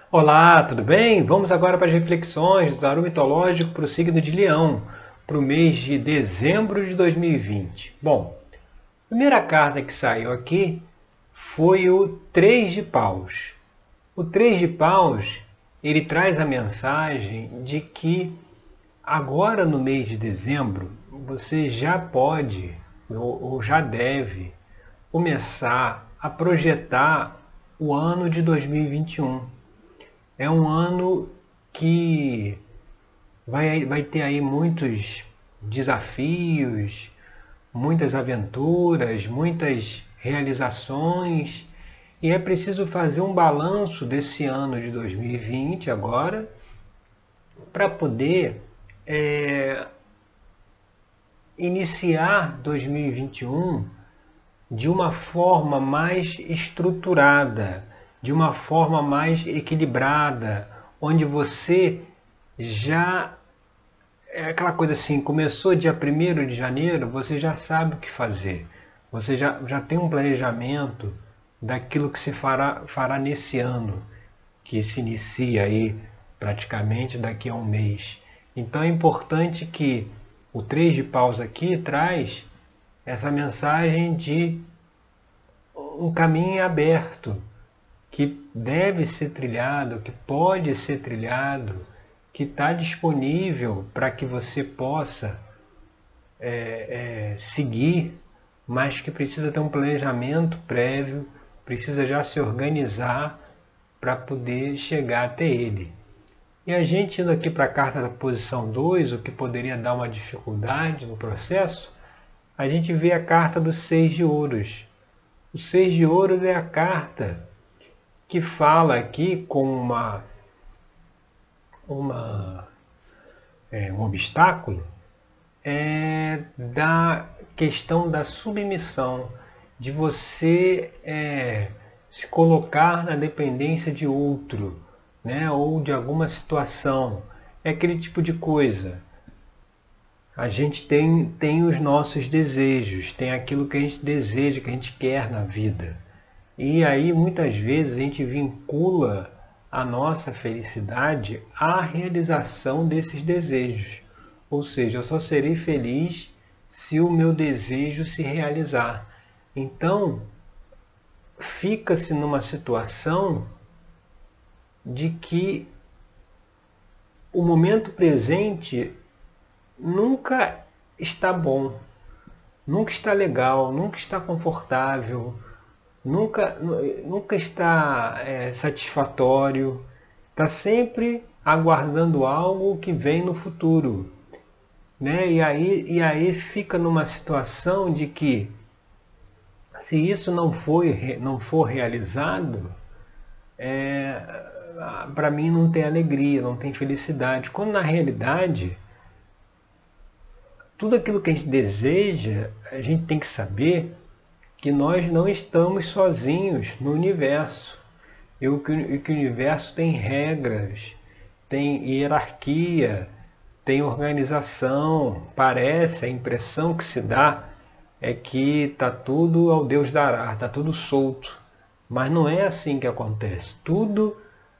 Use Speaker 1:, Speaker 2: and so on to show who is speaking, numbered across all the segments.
Speaker 1: Olá, tudo bem? Vamos agora para as reflexões do tarô mitológico para o signo de Leão, para o mês de dezembro de 2020. Bom, a primeira carta que saiu aqui foi o Três de Paus. O Três de Paus, ele traz a mensagem de que agora no mês de dezembro você já pode ou já deve começar a projetar o ano de 2021. É um ano que vai ter aí muitos desafios, muitas aventuras, muitas realizações, e é preciso fazer um balanço desse ano de 2020 agora, para poder iniciar 2021 de uma forma mais estruturada, de uma forma mais equilibrada, onde você já, é aquela coisa assim, começou dia 1º de janeiro, você já sabe o que fazer, você já tem um planejamento daquilo que se fará nesse ano, que se inicia aí praticamente daqui a um mês. Então é importante que o Três de Paus aqui traz essa mensagem de um caminho aberto, que deve ser trilhado, que pode ser trilhado, que está disponível para que você possa seguir, mas que precisa ter um planejamento prévio, precisa já se organizar para poder chegar até ele. E a gente indo aqui para a carta da posição 2, o que poderia dar uma dificuldade no processo, a gente vê a carta do Seis de Ouros. O Seis de Ouros é a carta que fala aqui com um obstáculo da questão da submissão, de você se colocar na dependência de outro, né, ou de alguma situação. É aquele tipo de coisa. A gente tem os nossos desejos, tem aquilo que a gente deseja, que a gente quer na vida. E aí, muitas vezes, a gente vincula a nossa felicidade à realização desses desejos. Ou seja, eu só serei feliz se o meu desejo se realizar. Então, fica-se numa situação de que o momento presente nunca está bom, nunca está legal, nunca está confortável, nunca está satisfatório, está sempre aguardando algo que vem no futuro, né? E aí fica numa situação de que, se isso não for realizado, para mim não tem alegria, não tem felicidade, quando na realidade tudo aquilo que a gente deseja, a gente tem que saber que nós não estamos sozinhos no universo. E que o universo tem regras, tem hierarquia, tem organização. Parece, a impressão que se dá é que está tudo ao Deus dará, está tudo solto. Mas não é assim que acontece. Tudo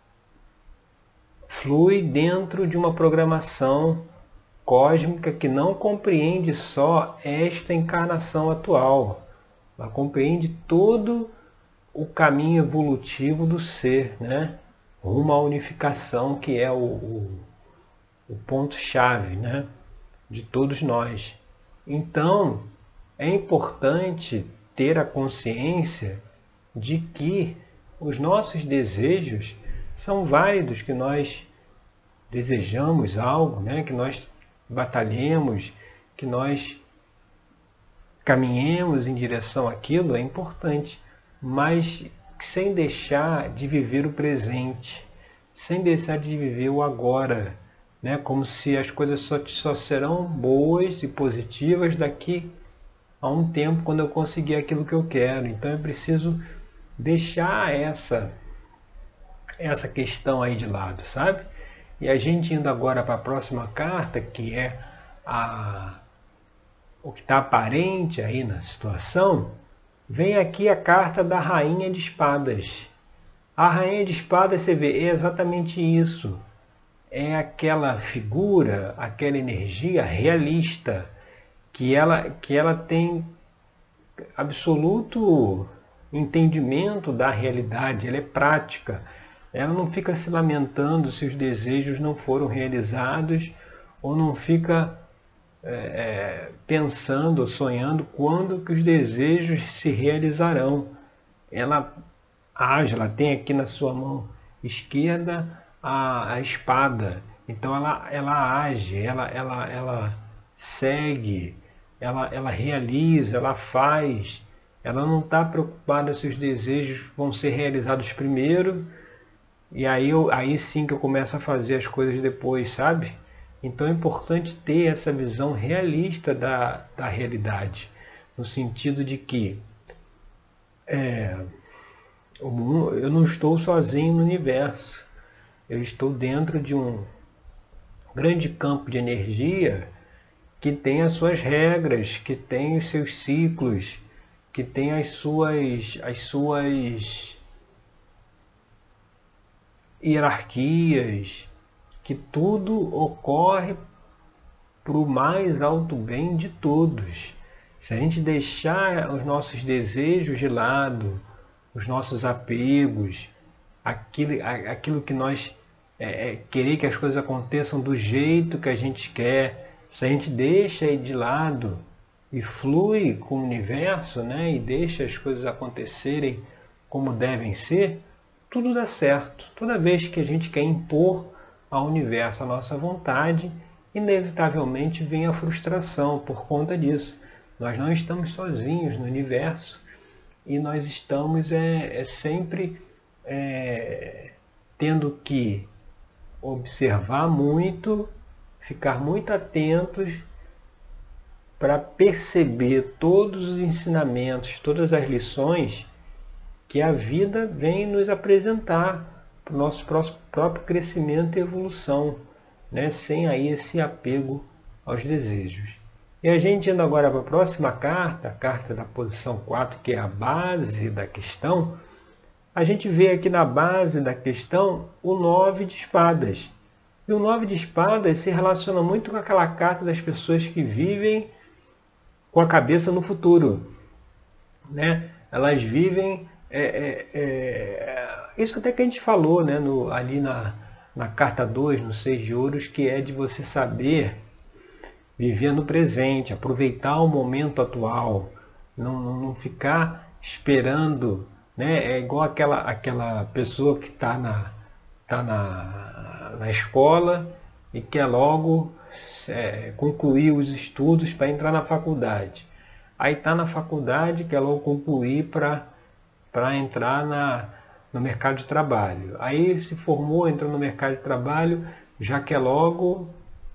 Speaker 1: flui dentro de uma programação cósmica que não compreende só esta encarnação atual. Ela compreende todo o caminho evolutivo do ser, né? Rumo à unificação, que é o ponto-chave, né? De todos nós. Então, é importante ter a consciência de que os nossos desejos são válidos, que nós desejamos algo, né? Que nós batalhemos, que nós caminhemos em direção àquilo, é importante, mas sem deixar de viver o presente, sem deixar de viver o agora, né? Como se as coisas só serão boas e positivas daqui a um tempo, quando eu conseguir aquilo que eu quero. Então eu preciso deixar essa questão aí de lado, sabe? E a gente indo agora para a próxima carta, que é o que está aparente aí na situação, vem aqui a carta da Rainha de Espadas. A rainha de espadas, você vê, é exatamente isso. É aquela figura, aquela energia realista, que ela tem absoluto entendimento da realidade, ela é prática. Ela não fica se lamentando se os desejos não foram realizados, ou não fica pensando, sonhando quando que os desejos se realizarão. Ela age, ela tem aqui na sua mão esquerda a espada. Então ela age, ela segue, ela realiza, ela faz. Ela não está preocupada se os desejos vão ser realizados primeiro, e aí sim que eu começo a fazer as coisas depois, sabe? Então é importante ter essa visão realista da realidade, no sentido de que eu não estou sozinho no universo. Eu estou dentro de um grande campo de energia que tem as suas regras, que tem os seus ciclos, que tem as suas hierarquias, que tudo ocorre para o mais alto bem de todos. Se a gente deixar os nossos desejos de lado, os nossos apegos, aquilo que nós querer que as coisas aconteçam do jeito que a gente quer, se a gente deixa aí de lado e flui com o universo, né, e deixa as coisas acontecerem como devem ser, tudo dá certo. Toda vez que a gente quer impor ao universo a nossa vontade, inevitavelmente vem a frustração por conta disso. Nós não estamos sozinhos no universo, e nós estamos sempre tendo que observar muito, ficar muito atentos para perceber todos os ensinamentos, todas as lições que a vida vem nos apresentar para o nosso próprio crescimento e evolução, né? Sem aí esse apego aos desejos. E a gente indo agora para a próxima carta, a carta da posição 4, que é a base da questão, a gente vê aqui na base da questão o 9 de espadas. E o 9 de espadas se relaciona muito com aquela carta das pessoas que vivem com a cabeça no futuro, né? Elas vivem isso até que a gente falou, né, ali na carta 2, no 6 de ouros, que é de você saber viver no presente, aproveitar o momento atual, não ficar esperando, né? É igual aquela pessoa que está na escola e quer logo concluir os estudos para entrar na faculdade. Aí está na faculdade, quer logo concluir para entrar no mercado de trabalho. Aí se formou, entrou no mercado de trabalho, já quer logo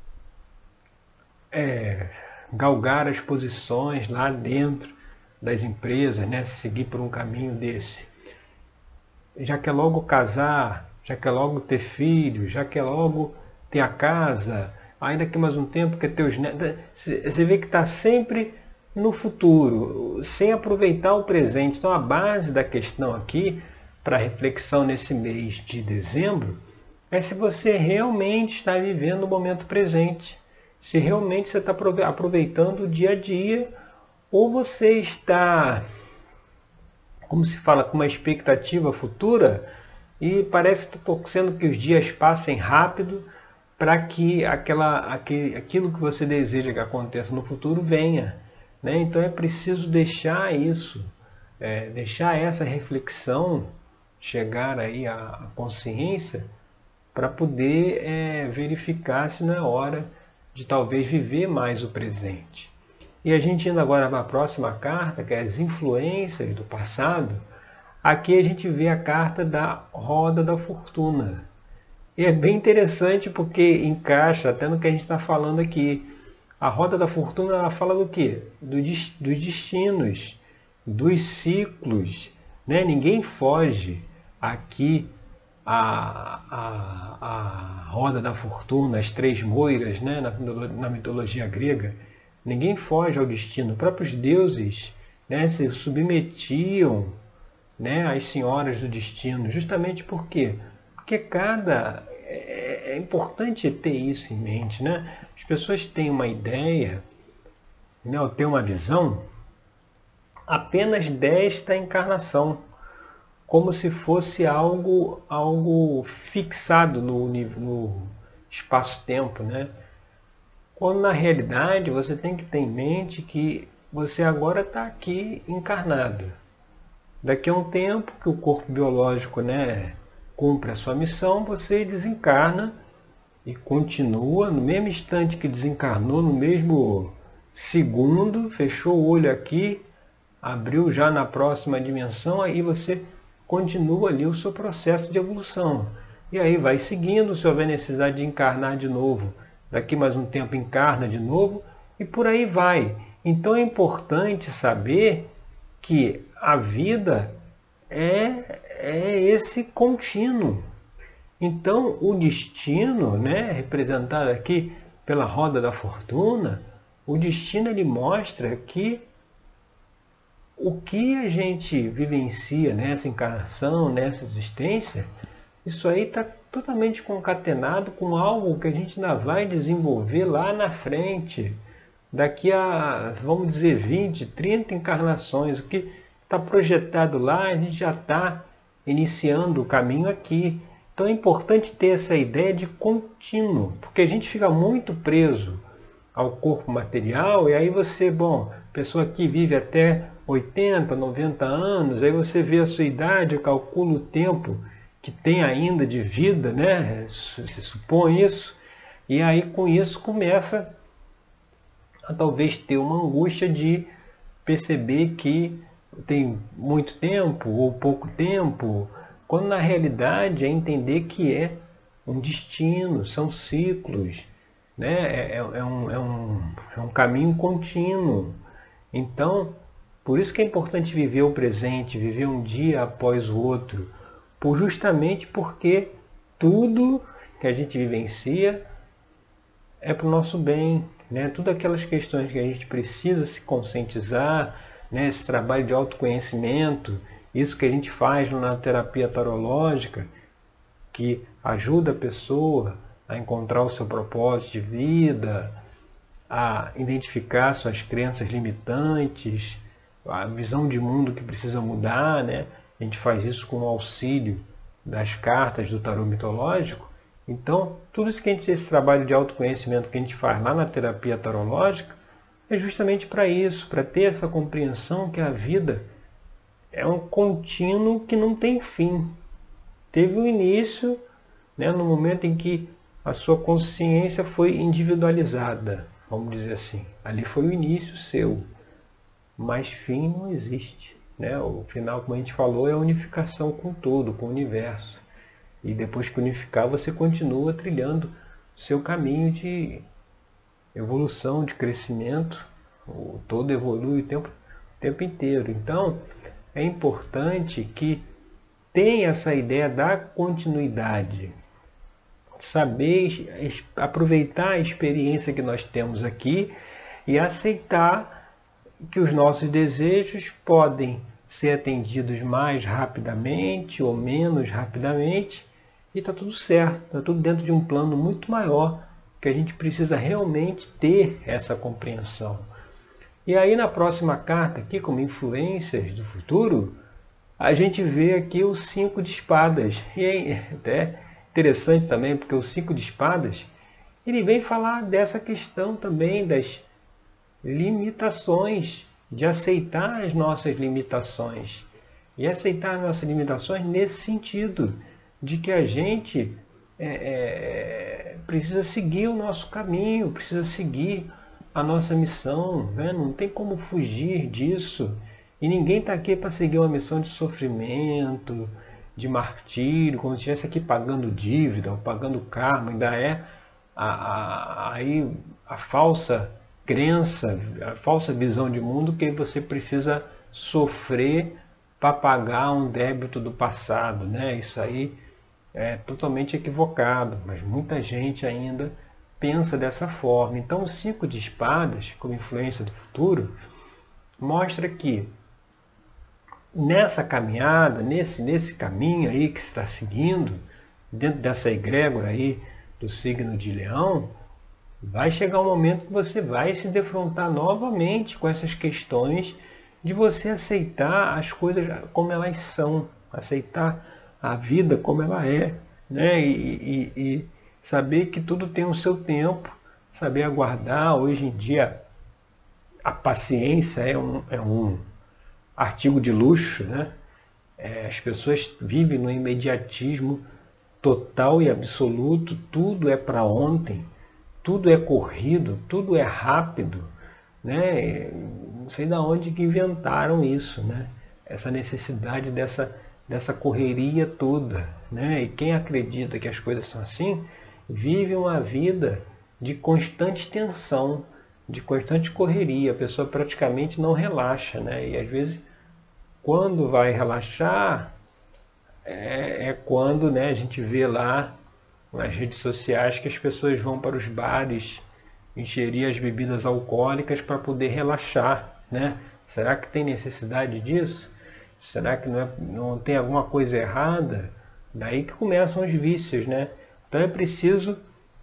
Speaker 1: galgar as posições lá dentro das empresas, né? Seguir por um caminho desse. Já quer logo casar, já quer logo ter filhos, já quer logo ter a casa, ainda que mais um tempo quer ter os netos. Você vê que está sempre no futuro, sem aproveitar o presente. Então a base da questão aqui, para reflexão nesse mês de dezembro, é se você realmente está vivendo o momento presente. Se realmente você está aproveitando o dia a dia, ou você está, como se fala, com uma expectativa futura, e parece sendo que os dias passem rápido para que aquilo que você deseja que aconteça no futuro venha, né? Então é preciso deixar isso, deixar essa reflexão chegar aí à consciência, para poder verificar se não é hora de talvez viver mais o presente. E a gente indo agora para a próxima carta, que é as influências do passado, aqui a gente vê a carta da roda da fortuna. E é bem interessante porque encaixa até no que a gente está falando aqui. A roda da fortuna, ela fala do quê? Dos destinos, dos ciclos, né? Ninguém foge aqui a roda da fortuna, as três moiras, né? Na mitologia grega. Ninguém foge ao destino. Os próprios deuses, né, se submetiam né, as senhoras do destino, justamente por quê? Porque é importante ter isso em mente, né? As pessoas têm uma ideia, né, ou têm uma visão apenas desta encarnação, como se fosse algo fixado no espaço-tempo, né? Quando na realidade você tem que ter em mente que você agora está aqui encarnado. Daqui a um tempo que o corpo biológico, né, cumpre a sua missão, você desencarna e continua no mesmo instante que desencarnou, no mesmo segundo, fechou o olho aqui, abriu já na próxima dimensão, aí você continua ali o seu processo de evolução. E aí vai seguindo, se houver necessidade de encarnar de novo, daqui mais um tempo encarna de novo, e por aí vai. Então é importante saber que a vida é esse contínuo. Então o destino, né, representado aqui pela roda da fortuna, o destino ele mostra que o que a gente vivencia nessa encarnação, nessa existência, isso aí está totalmente concatenado com algo que a gente ainda vai desenvolver lá na frente, daqui a, vamos dizer, 20, 30 encarnações. O que está projetado lá, a gente já está iniciando o caminho aqui. Então é importante ter essa ideia de contínuo, porque a gente fica muito preso ao corpo material, e aí você, pessoa que vive até 80, 90 anos, aí você vê a sua idade, calcula o tempo que tem ainda de vida, né? Se supõe isso, e aí com isso começa a talvez ter uma angústia de perceber que tem muito tempo ou pouco tempo, quando na realidade é entender que é um destino, são ciclos, né? É um caminho contínuo. Então, por isso que é importante viver o presente, viver um dia após o outro, justamente porque tudo que a gente vivencia é para o nosso bem, né? Tudo aquelas questões que a gente precisa se conscientizar, né? Esse trabalho de autoconhecimento, isso que a gente faz na terapia tarológica, que ajuda a pessoa a encontrar o seu propósito de vida, a identificar suas crenças limitantes, a visão de mundo que precisa mudar, né? A gente faz isso com o auxílio das cartas do tarô mitológico. Então, tudo isso que esse trabalho de autoconhecimento que a gente faz lá na terapia tarológica é justamente para isso, para ter essa compreensão que a vida é um contínuo que não tem fim. Teve um início, né, no momento em que a sua consciência foi individualizada, vamos dizer assim. Ali foi o início seu, mas fim não existe, né? O final, como a gente falou, é a unificação com todo, com o universo. E depois que unificar, você continua trilhando o seu caminho de evolução, de crescimento. O todo evolui o tempo inteiro. Então, é importante que tenha essa ideia da continuidade. Saber aproveitar a experiência que nós temos aqui e aceitar que os nossos desejos podem ser atendidos mais rapidamente ou menos rapidamente, e está tudo certo, está tudo dentro de um plano muito maior, que a gente precisa realmente ter essa compreensão. E aí na próxima carta aqui, como influências do futuro, a gente vê aqui o 5 de espadas. E é até interessante também, porque o 5 de espadas, ele vem falar dessa questão também das limitações, de aceitar as nossas limitações. E aceitar as nossas limitações nesse sentido, de que a gente precisa seguir o nosso caminho, precisa seguir a nossa missão, né? Não tem como fugir disso. E ninguém está aqui para seguir uma missão de sofrimento, de martírio, como se estivesse aqui pagando dívida ou pagando karma. Ainda é aí a falsa crença, a falsa visão de mundo que você precisa sofrer para pagar um débito do passado, né? Isso aí é totalmente equivocado, mas muita gente ainda pensa dessa forma. Então o 5 de espadas, como influência do futuro, mostra que nessa caminhada, nesse caminho aí que você está seguindo, dentro dessa egrégora aí do signo de Leão, vai chegar um momento que você vai se defrontar novamente com essas questões de você aceitar as coisas como elas são, aceitar a vida como ela é, né? E saber que tudo tem o seu tempo, saber aguardar. Hoje em dia a paciência é um artigo de luxo, né? As pessoas vivem no imediatismo total e absoluto, tudo é para ontem, tudo é corrido, tudo é rápido, né? Não sei de onde que inventaram isso, né? Essa necessidade dessa correria toda, né? E quem acredita que as coisas são assim, vive uma vida de constante tensão, de constante correria. A pessoa praticamente não relaxa, né? E às vezes, quando vai relaxar, é quando, né, a gente vê lá nas redes sociais que as pessoas vão para os bares ingerir as bebidas alcoólicas para poder relaxar, né? Será que tem necessidade disso? Será que não tem alguma coisa errada? Daí que começam os vícios, né? Então é preciso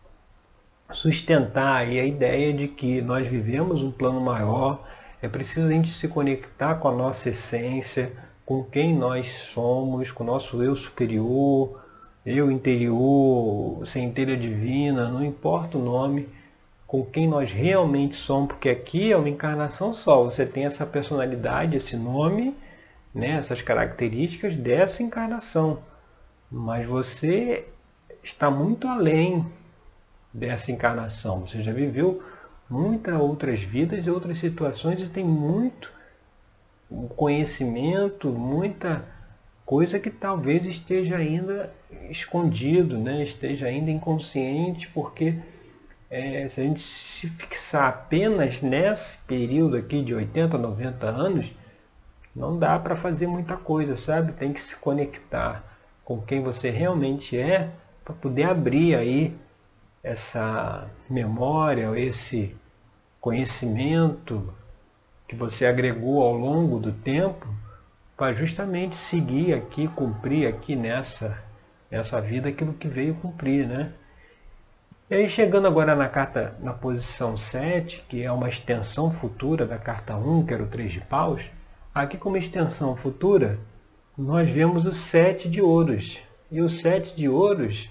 Speaker 1: sustentar aí a ideia de que nós vivemos um plano maior, é preciso a gente se conectar com a nossa essência, com quem nós somos, com o nosso eu superior, eu interior, centelha divina, não importa o nome, com quem nós realmente somos, porque aqui é uma encarnação só, você tem essa personalidade, esse nome, né, essas características dessa encarnação, mas você está muito além dessa encarnação, você já viveu muitas outras vidas e outras situações e tem muito conhecimento, muita coisa que talvez esteja ainda escondido, né? Esteja ainda inconsciente, porque se a gente se fixar apenas nesse período aqui de 80, 90 anos, não dá para fazer muita coisa, sabe? Tem que se conectar com quem você realmente é para poder abrir aí essa memória, esse conhecimento que você agregou ao longo do tempo para justamente seguir aqui, cumprir aqui nessa vida aquilo que veio cumprir, né? E aí chegando agora na carta, na posição 7, que é uma extensão futura da carta 1, que era o 3 de paus, aqui como extensão futura, nós vemos o 7 de ouros. E o 7 de ouros,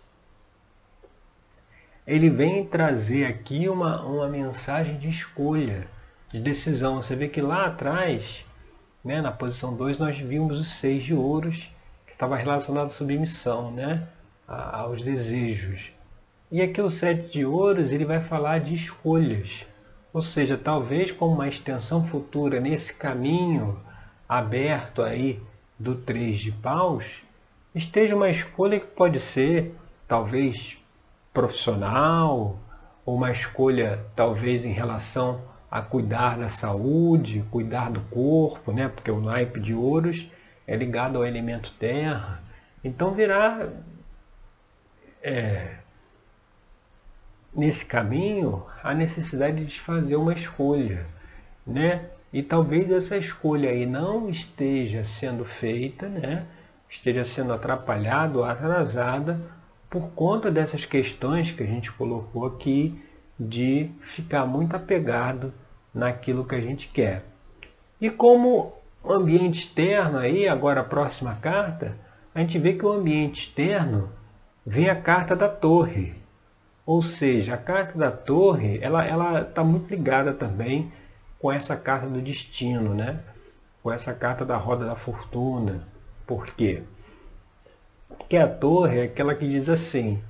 Speaker 1: ele vem trazer aqui uma mensagem de escolha, de decisão. Você vê que lá atrás, né, na posição 2, nós vimos o 6 de ouros, que estava relacionado à submissão, né, aos desejos. E aqui o 7 de ouros, ele vai falar de escolhas. Ou seja, talvez como uma extensão futura nesse caminho aberto aí do 3 de paus, esteja uma escolha que pode ser, talvez, profissional, ou uma escolha, talvez, em relação a cuidar da saúde, cuidar do corpo, né? Porque o naipe de ouros é ligado ao elemento terra. Então virá nesse caminho a necessidade de fazer uma escolha, né? E talvez essa escolha aí não esteja sendo feita, né? Esteja sendo atrapalhada ou atrasada por conta dessas questões que a gente colocou aqui de ficar muito apegado naquilo que a gente quer. E como ambiente externo aí, agora a próxima carta, a gente vê que o ambiente externo vem a carta da torre. Ou seja, a carta da torre, ela está muito ligada também com essa carta do destino, né? Com essa carta da roda da fortuna. Por quê? Porque a torre é aquela que diz assim,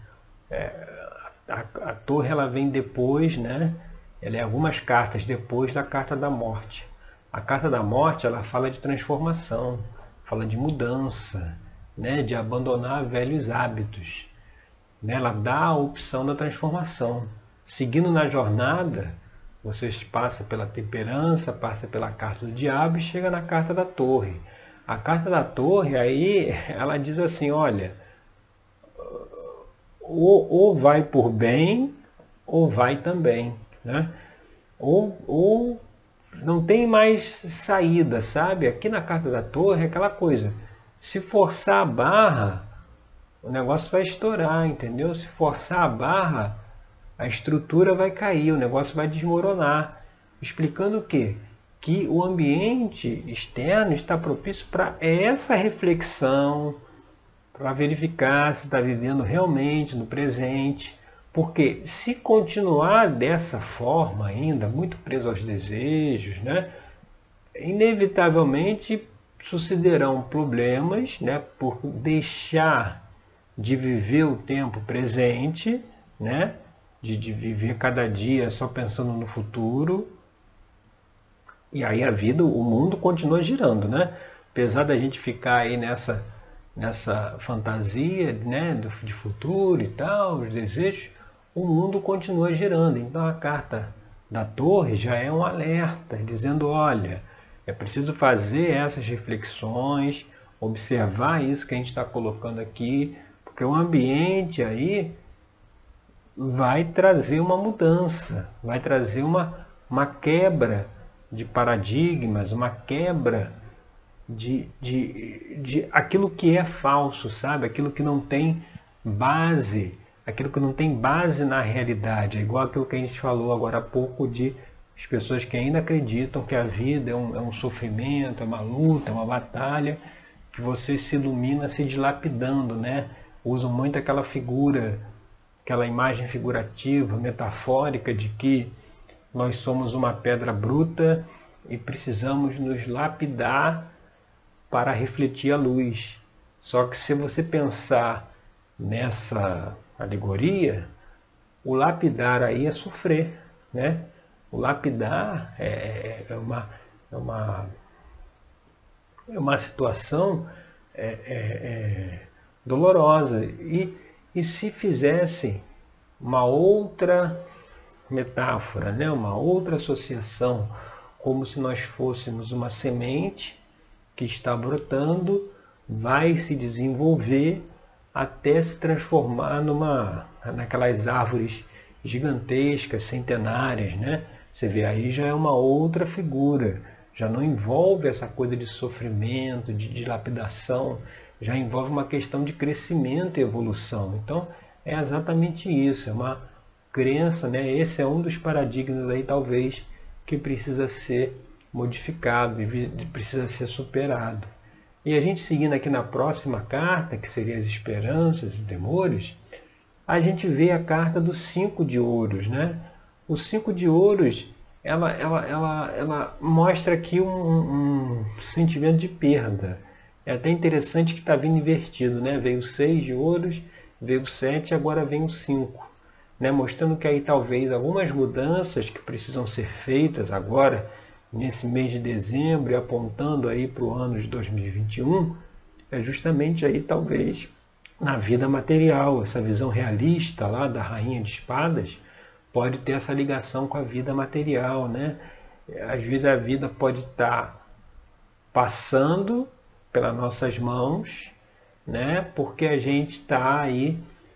Speaker 1: a torre ela vem depois, né? Ela é algumas cartas depois da carta da morte. A carta da morte, ela fala de transformação, fala de mudança, né? De abandonar velhos hábitos. Ela dá a opção da transformação. Seguindo na jornada, você passa pela temperança, passa pela carta do diabo e chega na carta da torre. A carta da torre, aí, ela diz assim, olha, ou vai por bem, ou vai também, né? Ou não tem mais saída, sabe? Aqui na carta da Torre é aquela coisa, se forçar a barra, o negócio vai estourar, entendeu? Se forçar a barra, a estrutura vai cair, o negócio vai desmoronar. Explicando o quê? Que o ambiente externo está propício para essa reflexão, para verificar se está vivendo realmente no presente. Porque se continuar dessa forma ainda, muito preso aos desejos, né, inevitavelmente sucederão problemas, né, por deixar de viver o tempo presente, né, de viver cada dia só pensando no futuro. E aí a vida, o mundo continua girando, né? Apesar da gente ficar aí nessa fantasia, né, de futuro e tal, os desejos, o mundo continua girando. Então a carta da Torre já é um alerta, dizendo, olha, é preciso fazer essas reflexões, observar isso que a gente está colocando aqui, porque o ambiente aí vai trazer uma mudança, vai trazer uma quebra de paradigmas, uma quebra de aquilo que é falso, sabe? Aquilo que não tem base, aquilo que não tem base na realidade. É igual aquilo que a gente falou agora há pouco de as pessoas que ainda acreditam que a vida é um sofrimento, é uma luta, é uma batalha, que você se ilumina se dilapidando, né? Usam muito aquela figura, aquela imagem figurativa, metafórica de que nós somos uma pedra bruta e precisamos nos lapidar para refletir a luz. Só que se você pensar nessa alegoria, o lapidar aí é sofrer, né? O lapidar é uma situação dolorosa. E se fizesse uma outra metáfora, né? Uma outra associação, como se nós fôssemos uma semente que está brotando, vai se desenvolver até se transformar naquelas árvores gigantescas, centenárias, né? Você vê, aí já é uma outra figura, já não envolve essa coisa de sofrimento, de dilapidação, já envolve uma questão de crescimento e evolução. Então, é exatamente isso, é uma crença, né? Esse é um dos paradigmas aí, talvez, que precisa ser modificado e precisa ser superado. E a gente seguindo aqui na próxima carta, que seria as esperanças e temores, a gente vê a carta do 5 de ouros, né? O 5 de ouros, ela mostra aqui um sentimento de perda. É até interessante que está vindo invertido, né? Veio o 6 de ouros, veio o 7 e agora vem o 5. Né? Mostrando que aí talvez algumas mudanças que precisam ser feitas agora, nesse mês de dezembro, e apontando aí para o ano de 2021, é justamente aí talvez na vida material. Essa visão realista lá da Rainha de Espadas pode ter essa ligação com a vida material, né? Às vezes a vida pode estar passando pelas nossas mãos, né? Porque a gente está aí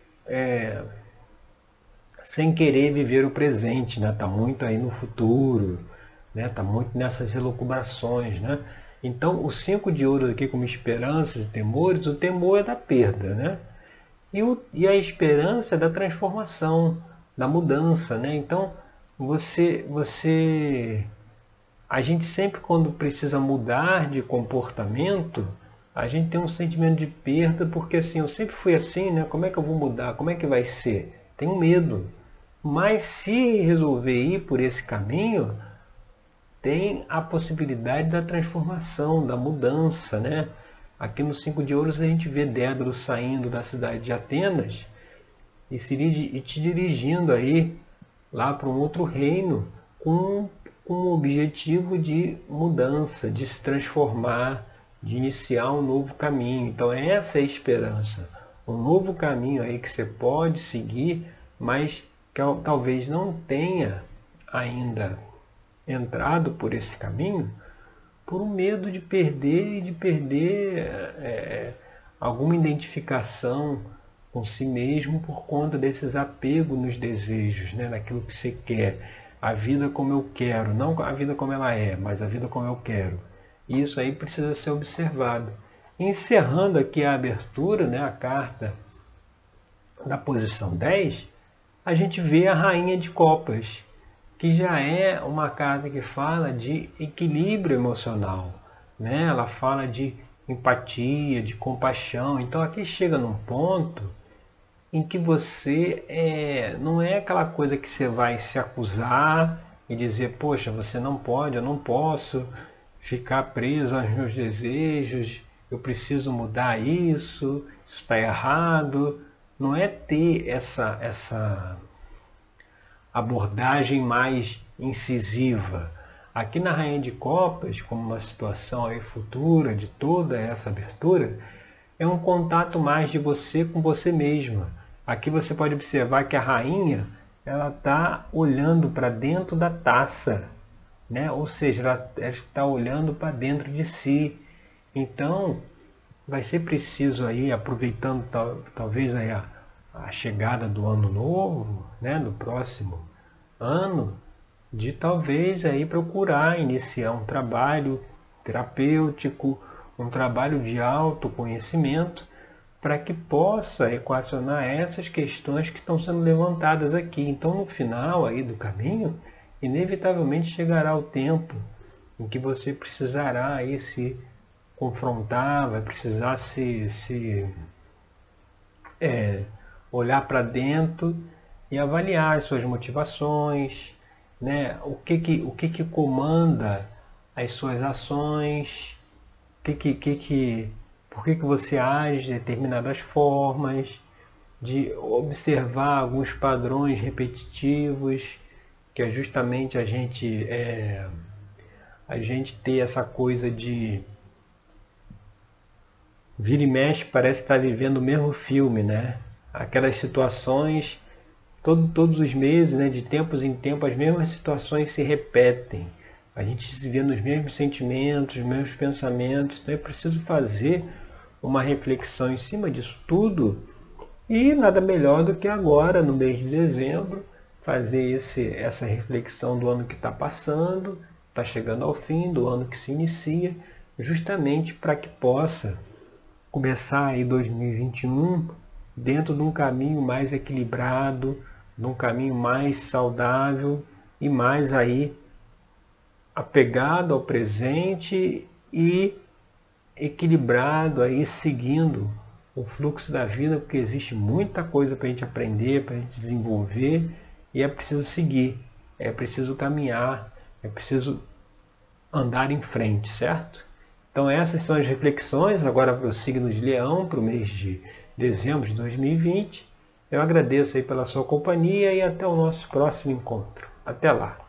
Speaker 1: sem querer viver o presente, né? Está muito aí no futuro, né? Está muito nessas elucubrações, né? Então, o 5 de ouros aqui como esperanças e temores, o temor é da perda, né? E a esperança é da transformação, da mudança, né? Então, a gente sempre, quando precisa mudar de comportamento, a gente tem um sentimento de perda, porque assim, eu sempre fui assim, né? Como é que eu vou mudar? Como é que vai ser? Tenho medo. Mas se resolver ir por esse caminho, tem a possibilidade da transformação, da mudança, né? Aqui no 5 de ouros a gente vê Dédalo saindo da cidade de Atenas e te dirigindo aí lá para um outro reino com o objetivo de mudança, de se transformar, de iniciar um novo caminho. Então essa é a esperança, um novo caminho aí que você pode seguir, mas que talvez não tenha ainda entrado por esse caminho, por um medo de perder e de perder alguma identificação com si mesmo por conta desses apegos nos desejos, né, naquilo que você quer. a vida como eu quero, não a vida como ela é, mas a vida como eu quero. E isso aí precisa ser observado. Encerrando aqui a abertura, né, a carta da posição 10, a gente vê a Rainha de Copas, que já é uma carta que fala de equilíbrio emocional, né? Ela fala de empatia, de compaixão. Então aqui chega num ponto em que você não é aquela coisa que você vai se acusar e dizer, poxa, você não pode, eu não posso ficar preso aos meus desejos, eu preciso mudar isso está errado. Não é ter essa abordagem mais incisiva. Aqui na Rainha de Copas, como uma situação aí futura de toda essa abertura, é um contato mais de você com você mesma. Aqui você pode observar que a rainha ela está olhando para dentro da taça, né? Ou seja, ela está olhando para dentro de si. Então, vai ser preciso aí, aproveitando talvez aí a chegada do ano novo, né, do próximo ano, de talvez aí procurar iniciar um trabalho terapêutico, um trabalho de autoconhecimento, para que possa equacionar essas questões que estão sendo levantadas aqui. Então, no final aí do caminho, inevitavelmente chegará o tempo em que você precisará aí se confrontar, vai precisar olhar para dentro e avaliar as suas motivações, né? O que comanda as suas ações, por que você age de determinadas formas, de observar alguns padrões repetitivos, que é justamente a gente ter essa coisa de vira e mexe, parece estar vivendo o mesmo filme, né? Aquelas situações, todos os meses, né, de tempos em tempos, as mesmas situações se repetem. A gente se vê nos mesmos sentimentos, nos mesmos pensamentos. Então é preciso fazer uma reflexão em cima disso tudo. E nada melhor do que agora, no mês de dezembro, fazer essa reflexão do ano que está passando, está chegando ao fim, do ano que se inicia, justamente para que possa começar aí 2021 dentro de um caminho mais equilibrado, de um caminho mais saudável e mais aí apegado ao presente e equilibrado aí seguindo o fluxo da vida, porque existe muita coisa para a gente aprender, para a gente desenvolver e é preciso seguir, é preciso caminhar, é preciso andar em frente, certo? Então essas são as reflexões agora para o signo de Leão, para o mês de dezembro de 2020. Eu agradeço aí pela sua companhia e até o nosso próximo encontro. Até lá!